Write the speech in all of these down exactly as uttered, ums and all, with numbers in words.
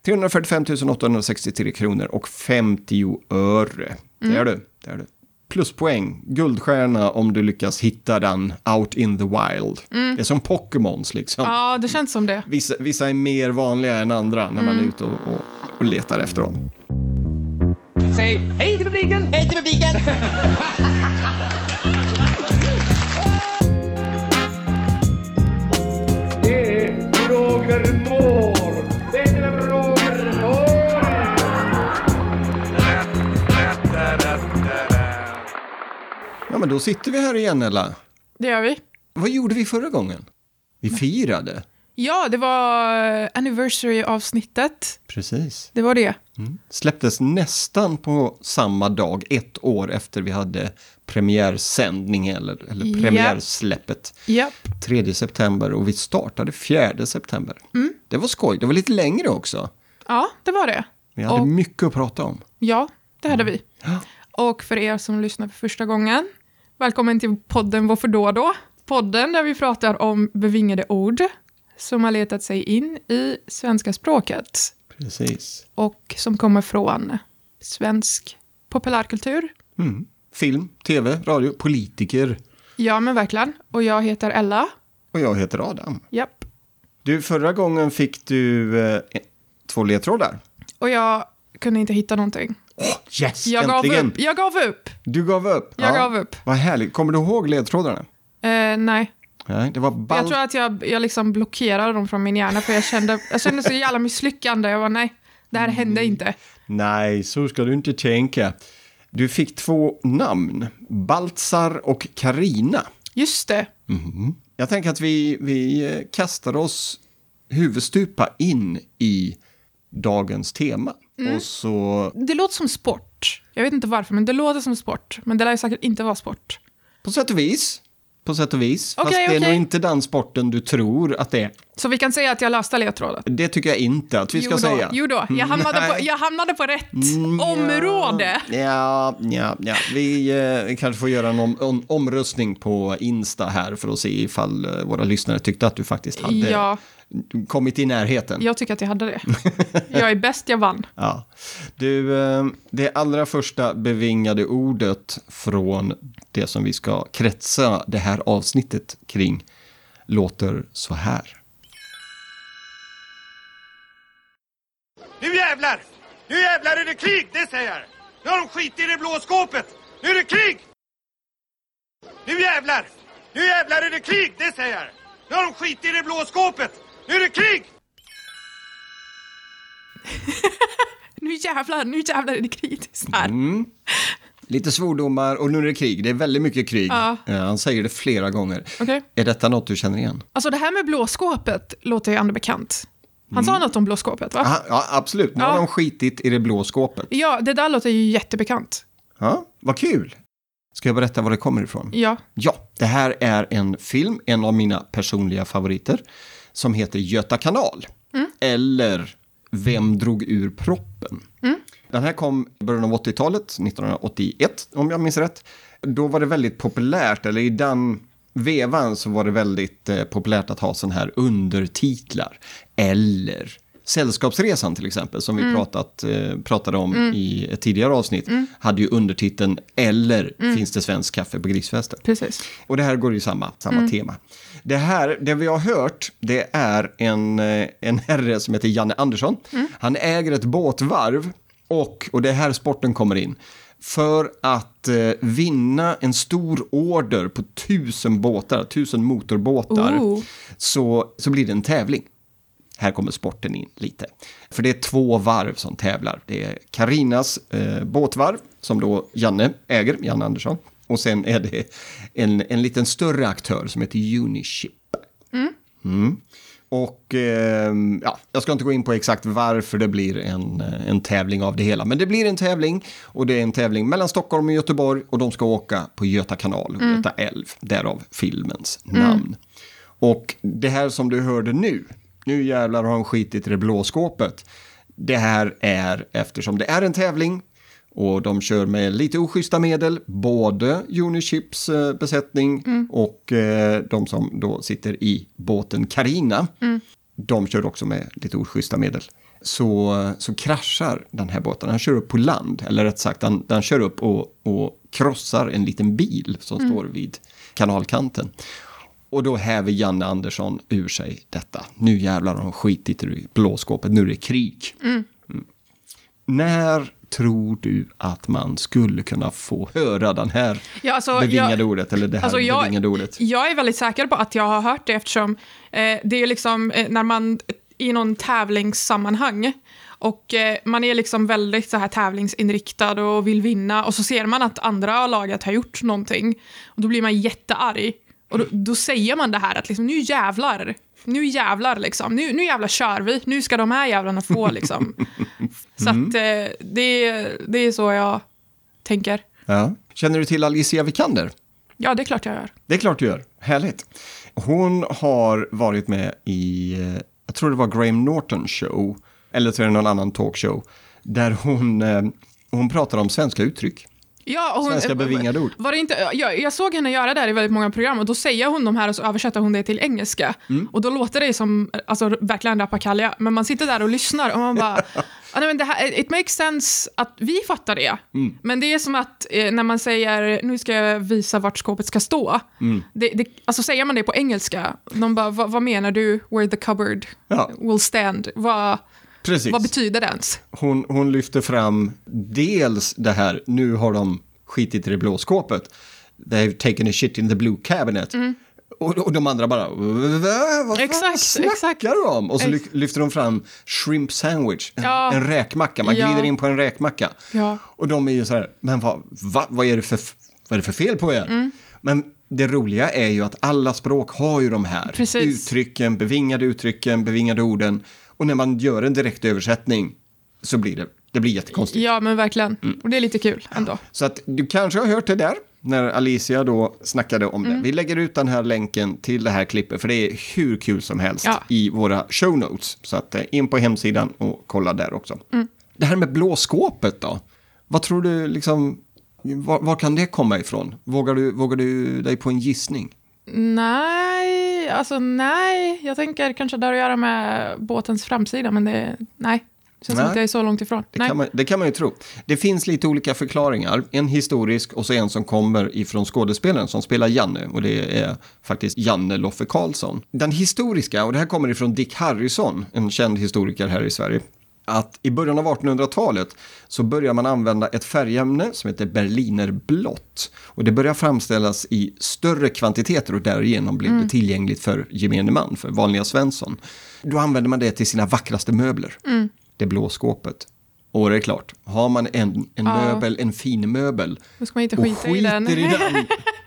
trehundrafyrtiofem tusen åttahundrasextiotre kronor och femtio öre. Det är du, det är du. Pluspoäng, guldstjärna om du lyckas hitta den out in the wild. Mm. Det är som Pokémons liksom. Ja, det känns som det. Vissa, vissa är mer vanliga än andra när man mm. är ute och, och, och letar efter dem. Säg hej till publiken! Hej till publiken! Det är Roger Moore! Det är Roger Moore! Ja, men då sitter vi här igen, Ella. Det gör vi. Vad gjorde vi förra gången? Vi firade. Ja, det var anniversary-avsnittet. Precis. Det var det. Mm. Släpptes nästan på samma dag, ett år efter vi hade premiärsändning eller, eller Yep. premiärsläppet. Japp. tredje september och vi startade fjärde september. Mm. Det var skoj. Det var lite längre också. Ja, det var det. Vi hade och, mycket att prata om. Ja, det hade vi. Ja. Och för er som lyssnar för första gången, välkommen till podden Varför då då? Podden där vi pratar om bevingade ord som har letat sig in i svenska språket. Precis. Och som kommer från svensk populärkultur. Mm. Film, tv, radio, politiker. Ja, men verkligen. Och jag heter Ella. Och jag heter Adam. Japp. Du, förra gången fick du eh, två ledtrådar. Och jag kunde inte hitta någonting. Oh, yes, jag gav äntligen. upp. Jag gav upp. Du gav upp? Jag ja. gav upp. Vad härligt. Kommer du ihåg ledtrådarna? Eh, nej. Nej, det var ball... Jag tror att jag, jag liksom blockerade dem från min hjärna. För jag kände, jag kände så jävla misslyckande. Jag var nej, det här hände inte. Nej, så ska du inte tänka. Du fick två namn. Baltzar och Karina. Just det. Mm-hmm. Jag tänker att vi, vi kastar oss huvudstupa in i dagens tema. Mm. Och så... Det låter som sport. Jag vet inte varför, men det låter som sport. Men det lär säkert inte vara sport. På sätt och vis. På sätt och vis. Okay, Fast det är okay. nog inte den sporten du tror att det är. Så vi kan säga att jag löste ledtråden? Det tycker jag inte att vi ska jo då, säga. Jo då, jag hamnade, på, jag hamnade på rätt mm, område. Ja, ja, ja. Vi eh, kanske får göra en om, om, omröstning på Insta här för att se ifall eh, våra lyssnare tyckte att du faktiskt hade ja. kommit i närheten. Jag tycker att jag hade det. Jag är bäst, jag vann. Ja. Du, eh, det allra första bevingade ordet från det som vi ska kretsa det här avsnittet kring låter så här. Nu jävlar! Nu jävlar är det krig, det säger jag! Nu har de skit i det blå skåpet! Nu är det krig! Nu jävlar! Nu jävlar är det krig, det säger jag! Nu har de skit i det blå skåpet! Nu är det krig! nu jävlar, nu jävlar är det kritiskt här. Mm. Lite svordomar och nu är det krig. Det är väldigt mycket krig. Ja. Ja, han säger det flera gånger. Okay. Är detta något du känner igen? Alltså det här med blåskåpet låter ju ändå bekant. Han sa mm. något om blåskåpet, va? Aha, ja, absolut. Nu ja. har de skitit i det blå skåpet. Ja, det där låter ju jättebekant. Ja, vad kul. Ska jag berätta var det kommer ifrån? Ja. Ja, det här är en film, en av mina personliga favoriter, som heter Göta kanal. Mm. Eller Vem drog ur proppen? Mm. Den här kom i början av åttiotalet, nittonhundraåttioett om jag minns rätt. Då var det väldigt populärt, eller i den vevan så var det väldigt eh, populärt att ha sån här undertitlar. Eller Sällskapsresan till exempel, som vi mm. pratat, eh, pratade om mm. i ett tidigare avsnitt, mm. hade ju undertiteln Eller mm. finns det svensk kaffe på grisfesten. Precis. Och det här går ju samma, samma mm. tema. Det här, det vi har hört, det är en, en herre som heter Janne Andersson. Mm. Han äger ett båtvarv och, och det är här sporten kommer in. För att eh, vinna en stor order på tusen båtar, tusen motorbåtar, oh. så, så blir det en tävling. Här kommer sporten in lite. För det är två varv som tävlar. Det är Karinas eh, båtvarv, som då Janne äger, Janne Andersson. Och sen är det en, en liten större aktör som heter Uniship. Mm. Mm. Och eh, ja, jag ska inte gå in på exakt varför det blir en, en tävling av det hela. Men det blir en tävling, och det är en tävling mellan Stockholm och Göteborg. Och de ska åka på Göta kanal och mm. Göta älv, därav filmens namn. Mm. Och det här som du hörde nu, nu jävlar har han skitit i det blå skåpet. Det här är, eftersom det är en tävling och de kör med lite oschyssta medel, både Uniships eh, besättning mm. och eh, de som då sitter i båten Karina. Mm. De kör också med lite oschyssta medel. så, så kraschar den här båten. Han kör upp på land, eller rätt sagt, han, han kör upp och, och krossar en liten bil som mm. står vid kanalkanten. Och då häver Janne Andersson ur sig detta. Nu jävlar har de skitit i blåskåpet, nu är det krig. Mm. Mm. När tror du att man skulle kunna få höra den här ja, alltså, bevingade jag, ordet, eller det här alltså jag, bevingade ordet? Jag är väldigt säker på att jag har hört det, eftersom eh, det är liksom eh, när man i någon tävlingssammanhang och eh, man är liksom väldigt så här tävlingsinriktad och vill vinna, och så ser man att andra laget har gjort någonting och då blir man jättearg. Och då, då säger man det här att liksom, nu jävlar, nu jävlar liksom, nu, nu jävlar kör vi, nu ska de här jävlarna få liksom. Så mm. att eh, det, det är så jag tänker. Ja. Känner du till Alicia Vikander? Ja, det är klart jag gör. Det är klart du gör, härligt. Hon har varit med i, jag tror det var Graham Norton show, eller tror det någon annan talkshow, där hon, eh, hon pratar om svenska uttryck. Ja, hon, svenska bevingade ord. Var det inte, jag, jag såg henne göra det i väldigt många program, och då säger hon de här och så översätter hon det till engelska. Mm. Och då låter det som alltså, verkligen rappakalja. Men man sitter där och lyssnar och man bara, ah, nej, men det här, it makes sense att vi fattar det. Mm. Men det är som att eh, när man säger, nu ska jag visa vart skåpet ska stå. Mm. Det, det, alltså säger man det på engelska, de bara, vad menar du? Where the cupboard ja. will stand? Vad... Precis. Vad betyder det ens? Hon, hon lyfter fram dels det här, nu har de skitit i det blå skåpet. They've taken a shit in the blue cabinet. Mm. Och, och de andra bara, vad exakt, snackar exakt. du om? Och så Ex- lyfter de fram shrimp sandwich, en, ja. en räkmacka. Man glider ja. in på en räkmacka. Ja. Och de är ju så här, men vad, vad, vad, är, det för, vad är det för fel på er? Mm. Men det roliga är ju att alla språk har ju de här Precis. uttrycken, bevingade uttrycken, bevingade orden. Och när man gör en direkt översättning så blir det, det blir jättekonstigt. Ja, men verkligen. Mm. Och det är lite kul ändå. Så att du kanske har hört det där när Alicia då snackade om mm. det. Vi lägger ut den här länken till det här klippet, för det är hur kul som helst ja. i våra show notes. Så att in på hemsidan och kolla där också. Mm. Det här med blåskåpet då. Vad tror du liksom, var, var kan det komma ifrån? Vågar du, vågar du dig på en gissning? Nej, alltså nej. Jag tänker kanske där att göra med båtens framsida, men det, nej. Det känns nej. som att jag är så långt ifrån. Det kan, man, det kan man ju tro. Det finns lite olika förklaringar. En historisk och så en som kommer ifrån skådespelaren som spelar Janne. Och det är faktiskt Janne Loffe Karlsson. Den historiska, och det här kommer ifrån Dick Harrison, en känd historiker här i Sverige. Att i början av artonhundratalet så börjar man använda ett färgämne som heter berlinerblått. Och det börjar framställas i större kvantiteter och därigenom blev mm. det tillgängligt för gemene man, för vanliga Svensson. Då använder man det till sina vackraste möbler. Mm. Det blå skåpet. Och det är klart, har man en, en ja. möbel, en fin möbel då ska man inte skita och i den. I den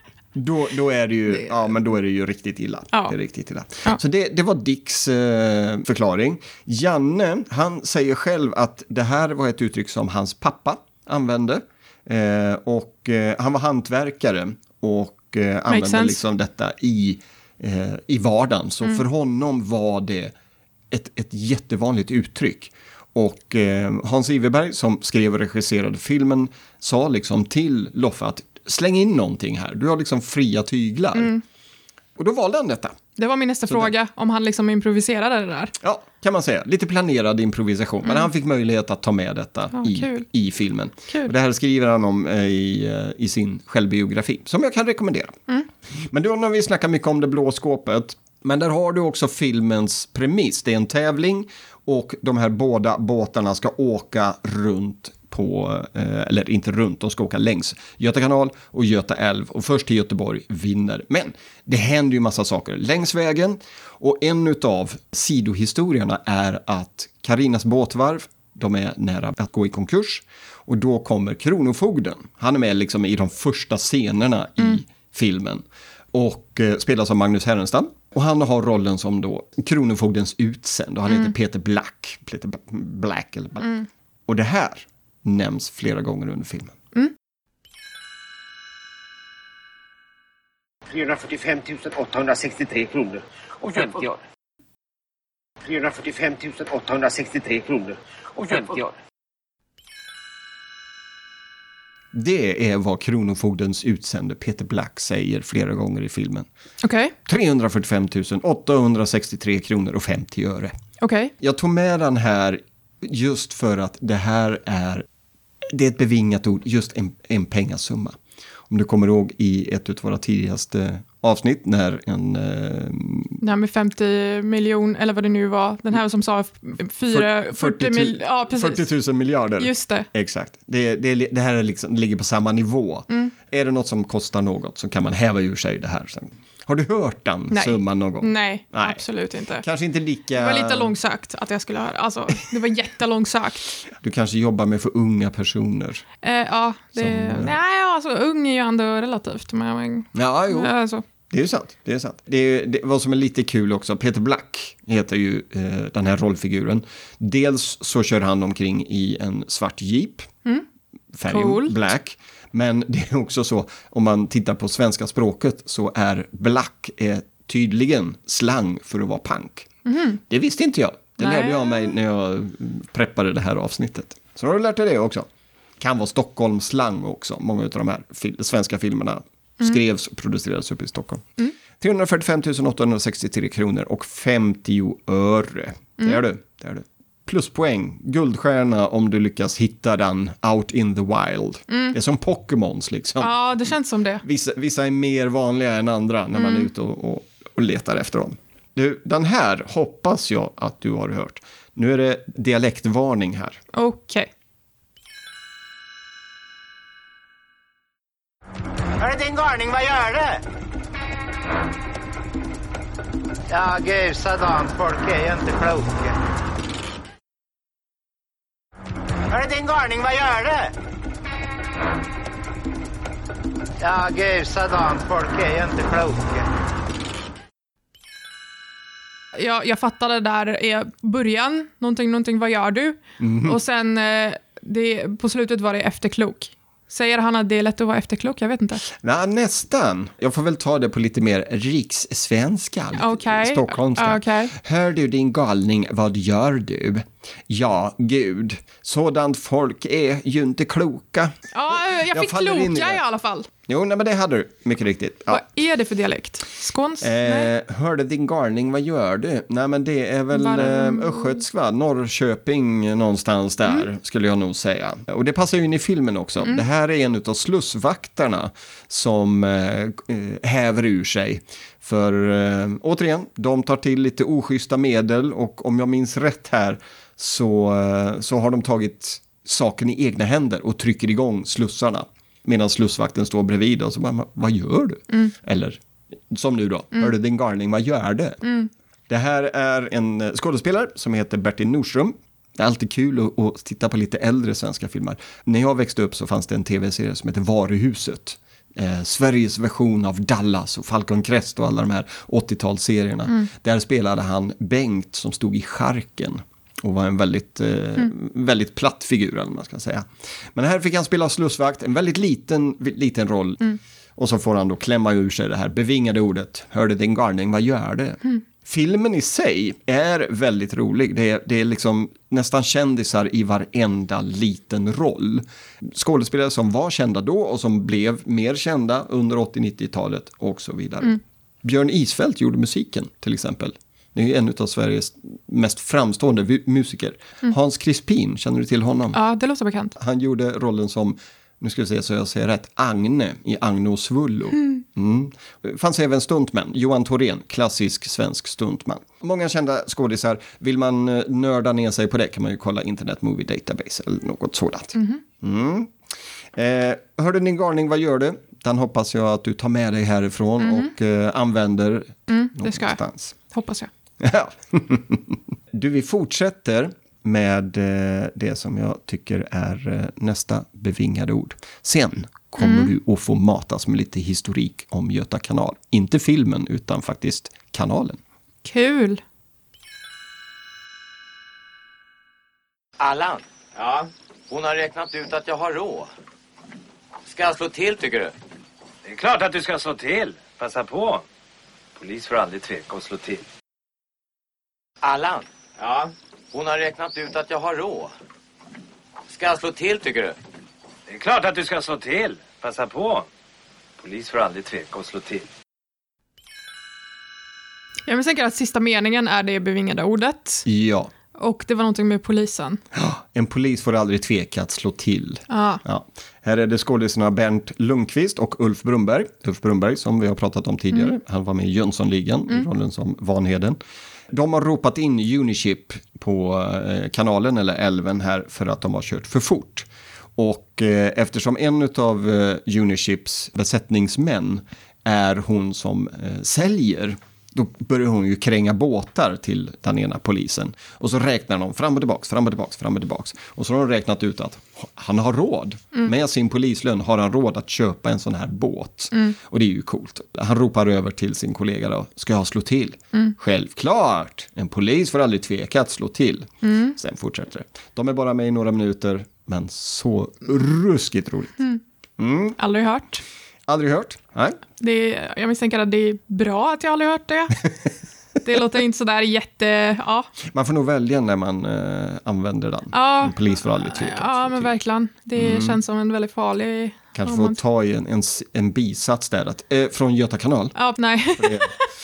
Då, då, är det ju, ja, men då är det ju riktigt illa. Ja. Det är riktigt illa. Ja. Så det, det var Dicks eh, förklaring. Janne, han säger själv att det här var ett uttryck som hans pappa använde. Eh, och eh, han var hantverkare och eh, använde liksom detta i, eh, i vardagen. Så mm. för honom var det ett, ett jättevanligt uttryck. Och eh, Hans Iverberg som skrev och regisserade filmen sa liksom till Loffe att släng in någonting här. Du har liksom fria tyglar. Mm. Och då valde han detta. Det var min nästa Så fråga, där. om han liksom improviserade det där. Ja, kan man säga. Lite planerad improvisation. Mm. Men han fick möjlighet att ta med detta ja, i, i filmen. Kul. Och det här skriver han om eh, i, i sin självbiografi. Som jag kan rekommendera. Mm. Men då när vi snackar mycket om det blå skåpet. Men där har du också filmens premiss. Det är en tävling. Och de här båda båtarna ska åka runt på, eh, eller inte runt, de ska åka längs Göta kanal och Göta älv. Och först till Göteborg vinner. Men det händer ju massa saker längs vägen. Och en av sidohistorierna är att Karinas båtvarv, de är nära att gå i konkurs. Och då kommer kronofogden. Han är med liksom i de första scenerna mm. i filmen. Och eh, spelas av Magnus Härenstam. Och han har rollen som då kronofogdens utsänd. Och han mm. heter Peter Black. Peter Black eller Black. Mm. Och det här nämns flera gånger under filmen. Mm. trehundrafyrtiofem tusen åttahundrasextiotre kronor och femtio öre. trehundrafyrtiofem tusen åttahundrasextiotre kronor och femtio öre. Det är vad kronofogdens utsände Peter Black säger flera gånger i filmen. Okej. Okay. trehundrafyrtiofem tusen åttahundrasextiotre kronor och femtio öre. Okej. Okay. Jag tog med den här just för att det här är, det är ett bevingat ord, just en, en pengasumma. Om du kommer ihåg i ett av våra tidigaste avsnitt när en... Eh, det här med femtio miljoner, eller vad det nu var. Den här som sa fyra, fyrtio mil, ja, precis. fyrtio tusen miljarder. Just det. Exakt. Det, det, det här är liksom, ligger på samma nivå. Mm. Är det något som kostar något så kan man häva ur sig det här sen. Har du hört den Nej. summan någon gång? Nej, Nej, absolut inte. Kanske inte lika... Det var lite långsökt att jag skulle höra. Alltså, det var jättelångsökt. Du kanske jobbar med för unga personer. Eh, ja, det... Som, nej, alltså ung är ju ändå relativt. Men, ja, jo. Alltså. Det är ju sant. Det är sant. Det är, det, vad som är lite kul också, Peter Black heter ju eh, den här rollfiguren. Dels så kör han omkring i en svart jeep. Mm. Färgen cool. Black. Men det är också så, om man tittar på svenska språket så är black är tydligen slang för att vara punk. Mm. Det visste inte jag. Det Nej. lärde jag mig när jag preppade det här avsnittet. Så har du lärt dig det också. Kan vara Stockholms slang också. Många av de här fil- svenska filmerna mm. skrevs och producerades upp i Stockholm. Mm. trehundrafyrtiofem tusen åttahundrasextiotre kronor och femtio öre. Mm. Det är du. Det är du. Pluspoäng, guldstjärna om du lyckas hitta den out in the wild. Mm. Det är som Pokémons liksom. Ja, det känns som det. Vissa, vissa är mer vanliga än andra när man mm. är ute och, och, och letar efter dem. Du, den här hoppas jag att du har hört. Nu är det dialektvarning här. Okej. Okay. Hör din garning, vad gör du? Ja, gud, sådan folk är ju inte kloka. Hör din garning, vad gör du? Ja, gud, sådan folk är ju inte kloka. Jag, jag fattade där i början, någonting, någonting, vad gör du? Mm. Och sen det, på slutet var det efterklok. Säger han att det är lätt att vara efterklok? Jag vet inte. Nej, nästan. Jag får väl ta det på lite mer rikssvenska. Okay. Stockholmska. Okay. Hör du din galning, vad gör du? Ja, gud. Sådant folk är ju inte kloka. Ja, jag fick jag kloka i, i alla fall. Jo, nej, men det hade du. Mycket riktigt. Ja. Vad är det för dialekt? Skåns? Eh, hör du din galning, vad gör du? Nej, men det är väl eh, östgötsk, va? Norrköping någonstans där, mm. skulle jag nog säga. Och det passar ju in i filmen också. Mm. Det här är en av slussvakterna som eh, häver ur sig. För eh, återigen, de tar till lite oschyssta medel och om jag minns rätt här så, eh, så har de tagit saken i egna händer och trycker igång slussarna. Medan slussvakten står bredvid och så bara, vad gör du? Mm. Eller, som nu då, mm. hör du din garning, vad gör du? Mm. Det här är en skådespelare som heter Bertil Nordström. Det är alltid kul att, att titta på lite äldre svenska filmer. När jag växte upp så fanns det en tv-serie som heter Varuhuset. Eh, Sveriges version av Dallas och Falcon Crest och alla de här åttiotalsserierna. Mm. Där spelade han Bengt som stod i Charken. Och var en väldigt, eh, mm. väldigt platt figur, eller man ska säga. Men här fick han spela slussvakt, en väldigt liten, liten roll. Mm. Och så får han då klämma ur sig det här bevingade ordet. Hörde din garning, vad gör det? Mm. Filmen i sig är väldigt rolig. Det är, det är liksom nästan kändisar i varenda liten roll. Skådespelare som var kända då och som blev mer kända under åttio-nittiotalet och så vidare. Mm. Björn Isfält gjorde musiken till exempel. Det är en av Sveriges mest framstående musiker. Mm. Hans Crispin, känner du till honom? Ja, det låter bekant. Han gjorde rollen som, nu ska vi se så jag säger rätt, Agne i Agne och Svullo. Mm. Mm. Det fanns även stuntmän. Johan Thorén, klassisk svensk stuntman. Många kända skådisar. Vill man nörda ner sig på det kan man ju kolla Internet Movie Database eller något sådant. Mm. Mm. Eh, hörde din garning, vad gör du? Den hoppas jag att du tar med dig härifrån mm. och eh, använder mm, det ska någonstans. Jag. Hoppas jag. Ja. Du, vi fortsätter med eh, det som jag tycker är eh, nästa bevingade ord. Sen kommer mm. du att få matas med lite historik om Göta kanal. Inte filmen utan faktiskt kanalen. Kul! Allan? Ja? Hon har räknat ut att jag har råd. Ska jag slå till, tycker du? Det är klart att du ska slå till. Passa på. Polis får aldrig tveka att slå till. Allan? Ja? Hon har räknat ut att jag har råd. Ska jag slå till, tycker du? Det är klart att du ska slå till. Passa på. Polis får aldrig tveka att slå till. Jag misstänker att sista meningen är det bevingade ordet. Ja. Och det var någonting med polisen. En polis får aldrig tveka att slå till. Ah. Ja. Här är det skådespelarna Bernt Lundqvist och Ulf Brunberg. Ulf Brunberg som vi har pratat om tidigare. Mm. Han var med i Jönssonligan mm. i rollen som Vanheden. De har ropat in Unichip på kanalen eller älven här för att de har kört för fort. Och eh, eftersom en av eh, Unichips besättningsmän är hon som eh, säljer, då börjar hon ju kränga båtar till den ena polisen. Och så räknar de fram och tillbaks, fram och tillbaks, fram och tillbaks. Och så har de räknat ut att han har råd. Mm. Med sin polislön har han råd att köpa en sån här båt. Mm. Och det är ju coolt. Han ropar över till sin kollega då, ska jag slå till? Mm. Självklart! En polis får aldrig tveka att slå till. Mm. Sen fortsätter det. De är bara med i några minuter, men så ruskigt roligt. Mm. Mm. Aldrig hört. Aldrig hört? Nej. Det är, jag misstänker att det är bra att jag aldrig hört det. Det låter inte så där jätte... Ja. Man får nog välja när man eh, använder den. Ja. En polis får aldrig tveka. Ja, men verkligen. Det mm. känns som en väldigt farlig... Kanske får ta en, en, en bisats där. Att, eh, från Göta kanal. Ja, nej. Det,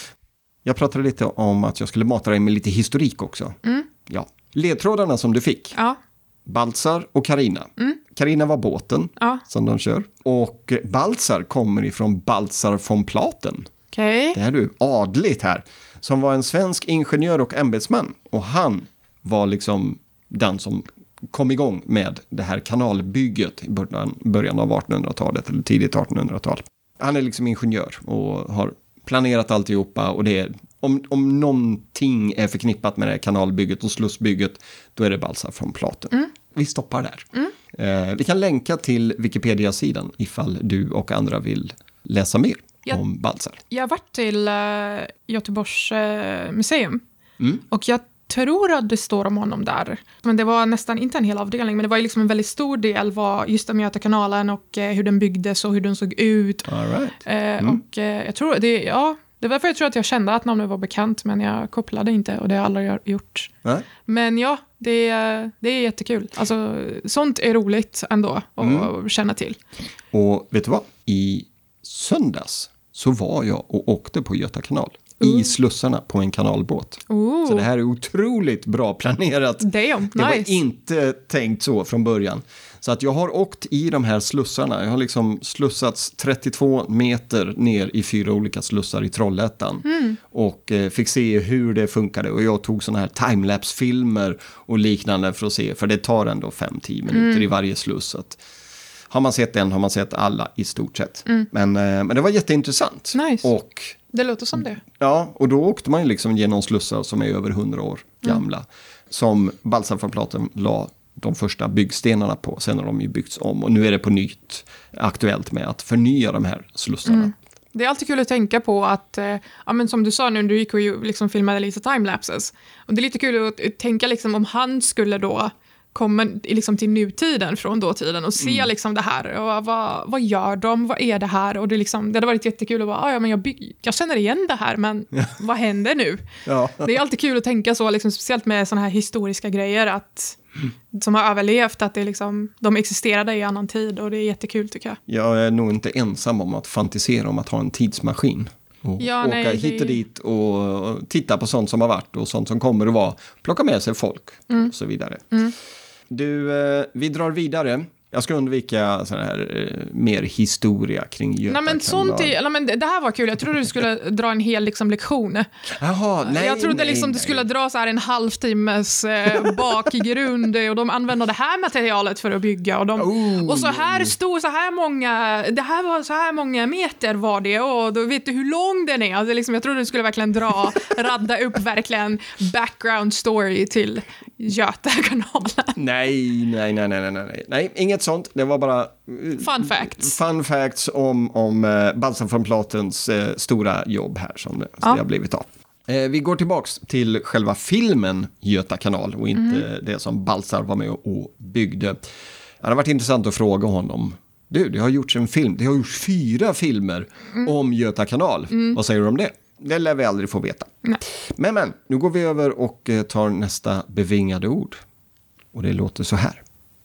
jag pratade lite om att jag skulle mata dig med lite historik också. Mm. Ja. Ledtrådarna som du fick. Ja. Baltzar och Carina. Mm. Carina var båten ja. som de kör. Och Baltzar kommer ifrån Baltzar von Platen. Okay. Det är du, adligt här. Som var en svensk ingenjör och ämbetsman. Och han var liksom den som kom igång med det här kanalbygget i början, början av artonhundratalet eller tidigt artonhundratal. Han är liksom ingenjör och har planerat alltihopa och det är Om, om någonting är förknippat med det här kanalbygget och slussbygget, då är det Baltzar von Platen. Mm. Vi stoppar där. Mm. Eh, vi kan länka till Wikipedia-sidan ifall du och andra vill läsa mer jag, om Baltzar. Jag har varit till uh, Göteborgs uh, museum mm. och jag tror att det står om honom där. Men det var nästan inte en hel avdelning, men det var ju liksom en väldigt stor del var just om Göta kanalen och uh, hur den byggdes och hur den såg ut. All right. uh, mm. Och uh, jag tror det, ja... Det var för jag tror att jag kände att namnet var bekant, men jag kopplade inte och det har jag aldrig gjort. Nej. Men ja, det är, det är jättekul. Alltså, sånt är roligt ändå att mm. känna till. Och vet du vad? I söndags så var jag och åkte på Göta kanal. Uh. I slussarna på en kanalbåt. Uh. Så det här är otroligt bra planerat. Damn, det nice. var inte tänkt så från början. Så att jag har åkt i de här slussarna. Jag har liksom slussats trettiotvå meter ner i fyra olika slussar i Trollhättan. Mm. Och eh, fick se hur det funkade. Och jag tog såna här timelapse-filmer och liknande för att se. För det tar ändå fem till tio minuter mm. i varje sluss. Att har man sett en har man sett alla i stort sett. Mm. Men, eh, men det var jätteintressant. Nice. Och, det låter som det. Ja, och då åkte man ju liksom genom slussar som är över hundra år gamla. Mm. Som Baltzar von Platen la de första byggstenarna på. Sen har de ju byggts om. Och nu är det på nytt aktuellt med att förnya de här slussarna. Mm. Det är alltid kul att tänka på att, eh, ja, men som du sa nu, du gick och ju liksom filmade lite timelapses. Och det är lite kul att tänka liksom om han skulle då komma liksom till nutiden från dåtiden och se mm. liksom det här. Och vad, vad gör de? Vad är det här? Och det, liksom, det hade varit jättekul att bara, ja, men jag, bygg, jag känner igen det här, men ja. vad händer nu? Ja. Det är alltid kul att tänka så, liksom, speciellt med såna här historiska grejer att, mm. som har överlevt, att det liksom, de existerade i annan tid och det är jättekul tycker jag. Jag är nog inte ensam om att fantisera om att ha en tidsmaskin. Och ja, åka nej, hit och det... dit och titta på sånt som har varit och sånt som kommer att vara. Plocka med sig folk mm. och så vidare. Mm. Du, eh, vi drar vidare. Jag ska undvika sån här eh, mer historia kring Göta nej, men sånt är, nej, men det här var kul. Jag trodde du skulle dra en hel liksom, lektion. Jaha, nej, jag trodde nej, liksom nej. du skulle dra så här en halvtimmes eh, bakgrund och de använder det här materialet för att bygga och, de, oh. och så här stod så här många det här var så här många meter var det och då vet du hur lång den är. Alltså, liksom, jag trodde du skulle verkligen dra radda upp verkligen background story till Göta kanalen. Nej, nej, nej, nej, nej, nej, inget sånt. Det var bara fun facts. Fun facts om, om uh, Baltzar von Platens uh, stora jobb här som det, ja. det har blivit av. Uh, vi går tillbaks till själva filmen Göta kanal och inte mm. det som Baltzar var med och byggde. Det har varit intressant att fråga honom. Du, det har gjorts en film. Det har gjorts fyra filmer mm. om Göta kanal. Mm. Vad säger du om det? Det lär vi aldrig få veta. Nej. Men, men, nu går vi över och tar nästa bevingade ord. Och det låter så här.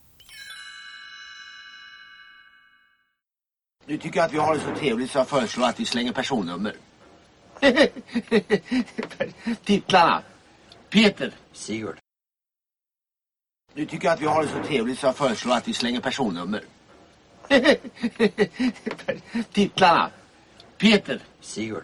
Nu tycker jag att vi har det så trevligt så jag föreslår att vi slänger personnummer. Titlarna. Peter. Sigurd. Nu tycker jag att vi har det så trevligt så jag föreslår att vi slänger personnummer. Titlarna. Peter. Sigurd.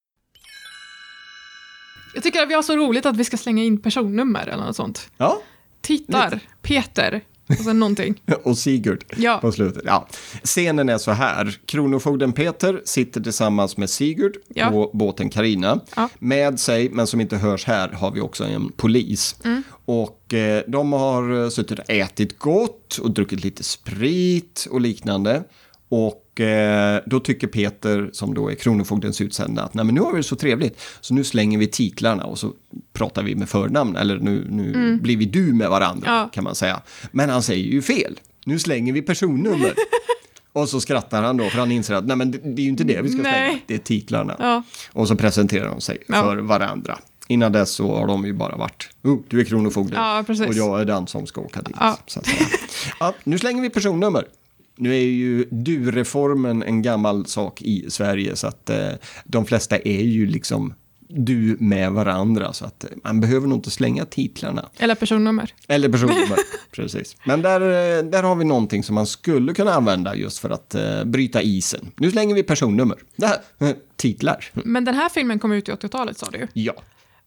Jag tycker att vi har så roligt att vi ska slänga in personnummer eller något sånt. Ja. Tittar, Lite. Peter, och sen någonting. Och Sigurd Ja. på slutet. Ja. Scenen är så här. Kronofogden Peter sitter tillsammans med Sigurd Ja. på båten Carina. Ja. Med sig, men som inte hörs här, har vi också en polis. Mm. Och eh, de har eh, suttit och ätit gott och druckit lite sprit och liknande. Och eh, då tycker Peter, som då är kronofogdens utsända, att nej, men nu har vi det så trevligt. Så nu slänger vi titlarna och så pratar vi med förnamn. Eller nu, nu Mm. blir vi du med varandra, Ja. kan man säga. Men han säger ju fel. Nu slänger vi personnummer. Och så skrattar han då, för han inser att nej, men det, det är ju inte det vi ska Nej. slänga. Det är titlarna. Ja. Och så presenterar de sig Ja. för varandra. Innan dess så har de ju bara varit, oh, du är kronofogden Ja, precis. och jag är den som ska åka dit. Ja. Så att säga. Ja, nu slänger vi personnummer. Nu är ju du-reformen en gammal sak i Sverige, så att eh, de flesta är ju liksom du med varandra, så att eh, man behöver nog inte slänga titlarna. Eller personnummer. Eller personnummer, precis. Men där, eh, där har vi någonting som man skulle kunna använda just för att eh, bryta isen. Nu slänger vi personnummer. Det här, eh, titlar. Men den här filmen kom ut i åttiotalet, sa du ju. Ja.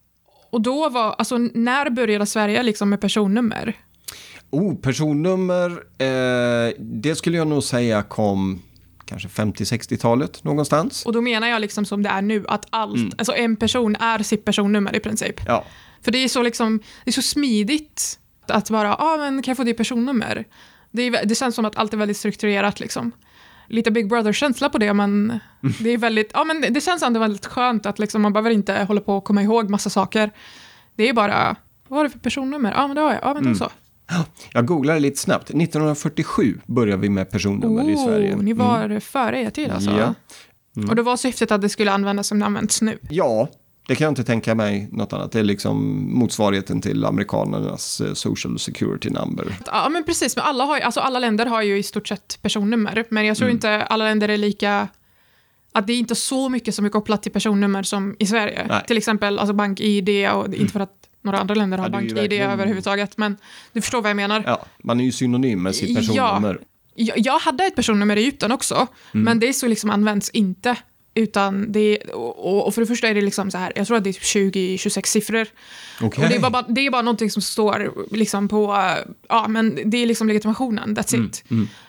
Och då var, alltså när började Sverige liksom med personnummer? Oh, personnummer, eh, det skulle jag nog säga kom kanske femtio-sextiotalet någonstans. Och då menar jag liksom som det är nu, att allt, Mm. alltså en person är sitt personnummer i princip. Ja. För det är så liksom, det är så smidigt att bara, ja ah, men kan jag få ditt personnummer? Det, är, det känns som att allt är väldigt strukturerat liksom. Lite Big Brother-känsla på det, men det är väldigt, ja men det, det känns ändå väldigt skönt att liksom man behöver inte hålla på och komma ihåg massa saker. Det är bara, vad har du för personnummer? Ja men det har jag, ja men då så. Jag googlade lite snabbt. nittonhundrafyrtiosju började vi med personnummer i Sverige. Ni var före er tid alltså. Ja. Och det var syftet att det skulle användas som det används nu. Ja, det kan jag inte tänka mig något annat. Det är liksom motsvarigheten till amerikanernas eh, social security number. Ja men precis, men alla, har, ju- alltså alla länder har ju i stort sett personnummer. Men jag tror Mm. inte alla länder är lika, att det är inte så mycket som är kopplat till personnummer som i Sverige. Nej. Till exempel alltså bank-I D, och det är inte för att några andra länder har Ja, det är ju bank-I D verkligen- överhuvudtaget, men du förstår vad jag menar. Ja, man är ju synonym med sitt personnummer. Jag, jag hade ett personnummer i Egypten också, men det så liksom används inte. Utan det, och, och för det första är det liksom så här, jag tror att det är tjugo till tjugosex siffror. Okej. Och det är bara, det är bara någonting som står liksom på, ja men det är liksom legitimationen, that's it.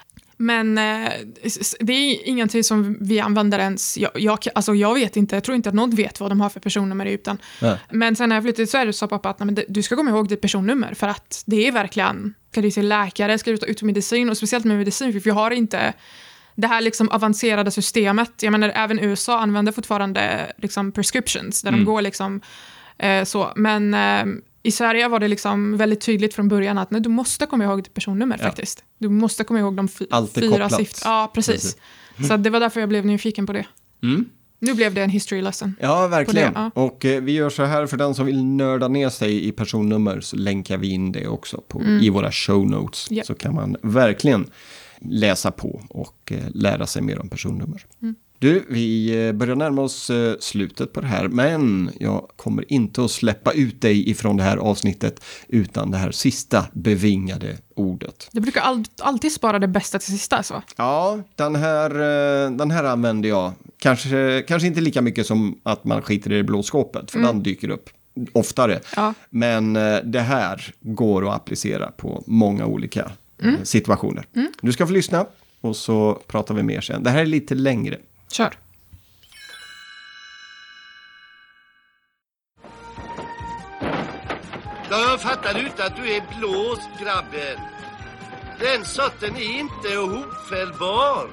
Men eh, s- det är ingenting som vi använder ens, jag, jag, alltså jag vet inte, jag tror inte att någon vet vad de har för personnummer i Egypten. Nej. Men sen när jag flyttade till Sverige så sa pappa att nej, men det, du ska komma ihåg ditt personnummer, för att det är verkligen, ska du till läkare, ska du ta ut medicin, och speciellt med medicin, för vi har inte det här liksom avancerade systemet. Jag menar, även U S A använder fortfarande liksom prescriptions, där de går liksom eh, så. Men eh, i Sverige var det liksom väldigt tydligt från början att nej, du måste komma ihåg ditt personnummer Ja. faktiskt. Du måste komma ihåg de fy- Allt är fyra kopplat. siffror. Ja, precis. Precis. Så att det var därför jag blev nyfiken på det. Mm. Nu blev det en history lesson. Ja, verkligen. På det, Och eh, vi gör så här, för den som vill nörda ner sig i personnummer så länkar vi in det också på, i våra show notes. Ja. Så kan man verkligen läsa på och eh, lära sig mer om personnummer. Du, vi eh, börjar närma oss eh, slutet på det här, men jag kommer inte att släppa ut dig ifrån det här avsnittet utan det här sista bevingade ordet. Du brukar all, alltid spara det bästa till sista, så. Ja, den här, eh, den här använder jag. Kanske, kanske inte lika mycket som att man skiter i det blå skåpet, för den dyker upp oftare. Ja. Men eh, det här går att applicera på många olika eh, situationer. Du ska få lyssna och så pratar vi mer sen. Det här är lite längre. Kör. Jag fattar inte att du är blåst, grabben. Den sorten är inte hopfällbar.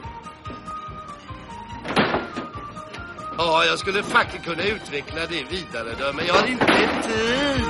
Ja, jag skulle faktiskt kunna utveckla det vidare då, men jag har inte tid.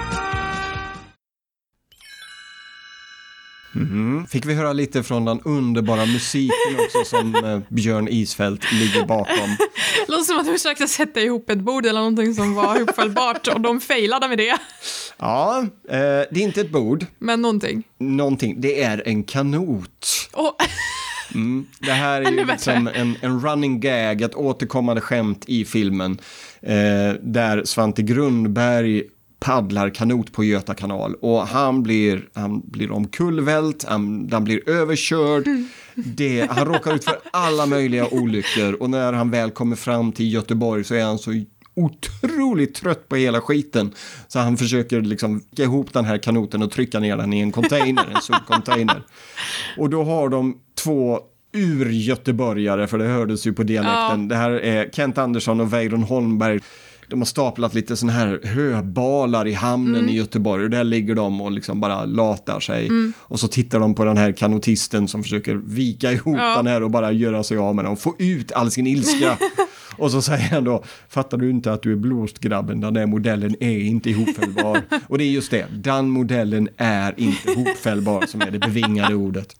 Mm. Fick vi höra lite från den underbara musiken också som eh, Björn Isfält ligger bakom. Det låter som att du försökte sätta ihop ett bord eller någonting som var ihopfällbart, och de failade med det. Ja, eh, det är inte ett bord. Men någonting. Någonting, det är en kanot. Och, Mm. Det här är Ännu ju bättre. liksom en, en running gag, ett återkommande skämt i filmen. Eh, där Svante Grundberg paddlar kanot på Göta kanal och han blir, han blir omkullvält, han, han blir överkörd. Det, han råkar ut för alla möjliga olyckor och när han väl kommer fram till Göteborg så är han så otroligt trött på hela skiten så han försöker liksom ge ihop den här kanoten och trycka ner den i en container, en subcontainer. Och då har de två ur-göteborgare, för det hördes ju på dialekten. Ja. Det här är Kent Andersson och Weiron Holmberg. De har staplat lite såna här höbalar i hamnen mm. i Göteborg och där ligger de och liksom bara latar sig. Mm. Och så tittar de på den här kanotisten som försöker vika ihop ja. den här och bara göra sig av med den och få ut all sin ilska. Och så säger han då, fattar du inte att du är blåst grabben, den där modellen är inte ihopfällbar. Och det är just det, den modellen är inte ihopfällbar som är det bevingade ordet.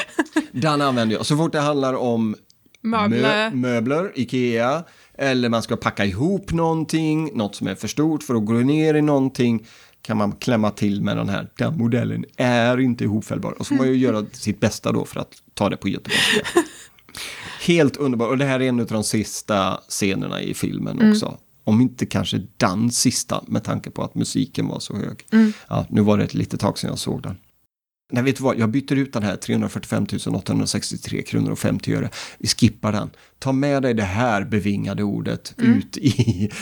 Den använder jag. Så fort det handlar om möbler, mö- möbler Ikea, eller man ska packa ihop någonting, något som är för stort för att gå ner i någonting, kan man klämma till med den här. Den modellen är inte ihopfällbar. Och så får man ju göra sitt bästa då för att ta det på göteborgska. Helt underbart. Och det här är en av de sista scenerna i filmen mm. också. Om inte kanske den sista med tanke på att musiken var så hög. Mm. Ja, nu var det ett litet tag sedan jag såg den. Nej, vet du vad? Jag byter ut den här trehundrafyrtiofem tusen åttahundrasextiotre kronor och femtio öre. Vi skippar den. Ta med dig det här bevingade ordet mm. ut i,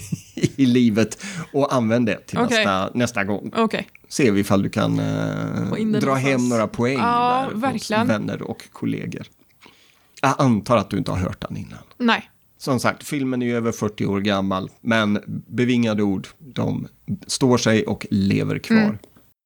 i livet och använd det till okay. nästa, nästa gång. Okay. Se vi ifall du kan eh, dra hem några poäng ja, där verkligen. hos vänner och kollegor. Jag antar att du inte har hört den innan. Nej. Som sagt, filmen är ju över fyrtio år gammal, men bevingade ord, de står sig och lever kvar. Mm.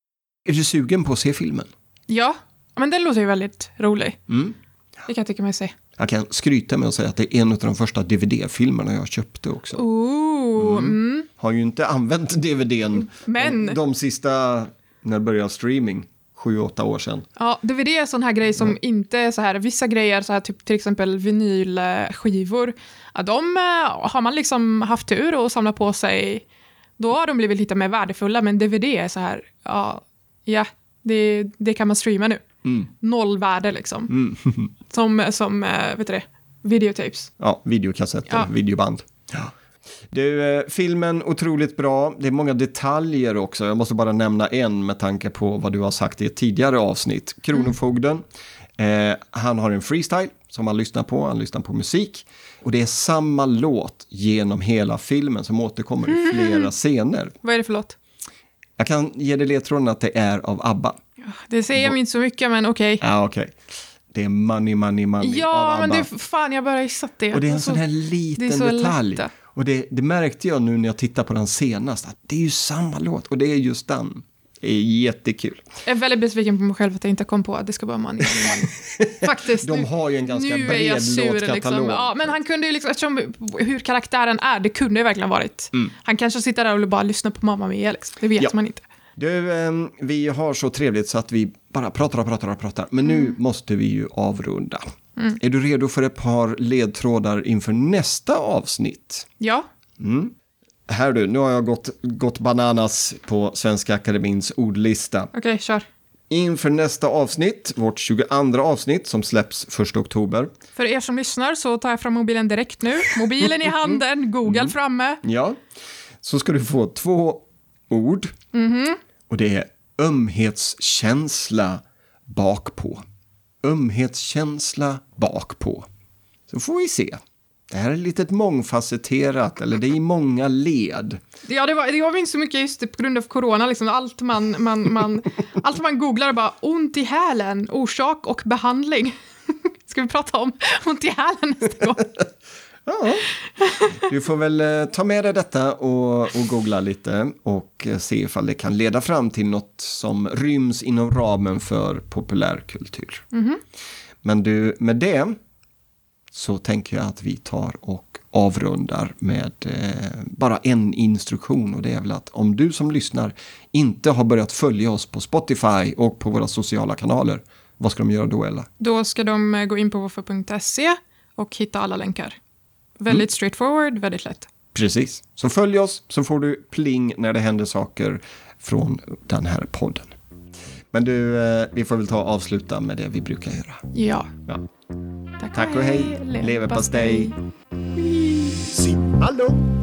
Är du sugen på att se filmen? Ja, men den låter ju väldigt rolig. Mm. Det kan jag tycka mig se. Jag kan skryta med att säga att det är en av de första D V D-filmerna jag köpte också. Oh, mm. Mm. Har ju inte använt D V D:n men... de, de sista, när det började streaming, sju, åtta år sedan. Ja, D V D är sån här grej som mm. inte är så här, vissa grejer så här, typ till exempel vinylskivor. Ja, de har man liksom haft tur och samlat på sig. Då har de blivit lite mer värdefulla, men D V D är så här, ja, ja det, det kan man streama nu. Mm. Noll värde liksom. Mm. som, som vet du det, videotapes. Ja, videokassetter, ja. videoband. Ja. Du, eh, filmen otroligt bra. Det är många detaljer också. Jag måste bara nämna en med tanke på vad du har sagt i ett tidigare avsnitt. Kronofogden. Mm. Eh, han har en freestyle som han lyssnar på. Han lyssnar på musik. Och det är samma låt genom hela filmen som återkommer i flera mm. scener. Vad är det för låt? Jag kan ge dig ledtråden att det är av ABBA. Det säger jag inte så mycket, men okej. Okay. Ja, okej. Okay. Det är Money, Money, Money ja, av ABBA. Ja, men det är fan, jag bara gissat det. Och det är en alltså, sån här liten detalj. Lätt. Och det, det märkte jag nu när jag tittade på den senast. Att det är ju samma låt. Och det är just den. Det är jättekul. Jag är väldigt besviken på mig själv att jag inte kom på att det ska vara Money, Money. Faktiskt. De har ju en ganska bred låtkatalog. Liksom. Ja, men han kunde ju liksom, eftersom hur karaktären är, det kunde ju verkligen varit. Mm. Han kanske sitter där och bara lyssnar på Mamma Mia. Liksom. Det vet ja. man inte. Du, eh, vi har så trevligt så att vi bara pratar och pratar och pratar. Men mm. nu måste vi ju avrunda. Mm. Är du redo för ett par ledtrådar inför nästa avsnitt? Ja. Mm. Här du, nu har jag gått, gått bananas på Svenska Akademins ordlista. Okej, okay, kör. Inför nästa avsnitt, vårt tjugoandra avsnitt som släpps första oktober. För er som lyssnar så tar jag fram mobilen direkt nu. Mobilen i handen, Google mm. framme. Ja, så ska du få två ord. Mm-hmm. Och det är ömhetskänsla bakpå. Ömhetskänsla bakpå. Så får vi se. Det här är lite mångfacetterat, eller det är i många led. Ja, det var, det var inte så mycket just på grund av corona. Liksom. Allt, man, man, man, allt man googlar bara ont i hälen, orsak och behandling. Ska vi prata om ont i hälen nästa gång? Ja, du får väl eh, ta med dig detta och, och googla lite och eh, se ifall det kan leda fram till något som ryms inom ramen för populärkultur. Mm-hmm. Men du, med det så tänker jag att vi tar och avrundar med eh, bara en instruktion, och det är väl att om du som lyssnar inte har börjat följa oss på Spotify och på våra sociala kanaler, vad ska de göra då, Ella? Då ska de gå in på woffe punkt se och hitta alla länkar. Väldigt mm. straightforward, väldigt lätt. Precis. Så följ oss så får du pling när det händer saker från den här podden. Men du, vi får väl ta och avsluta med det vi brukar göra. Ja. ja. Tack, Tack och hej. Leverpastej. Simma lugnt.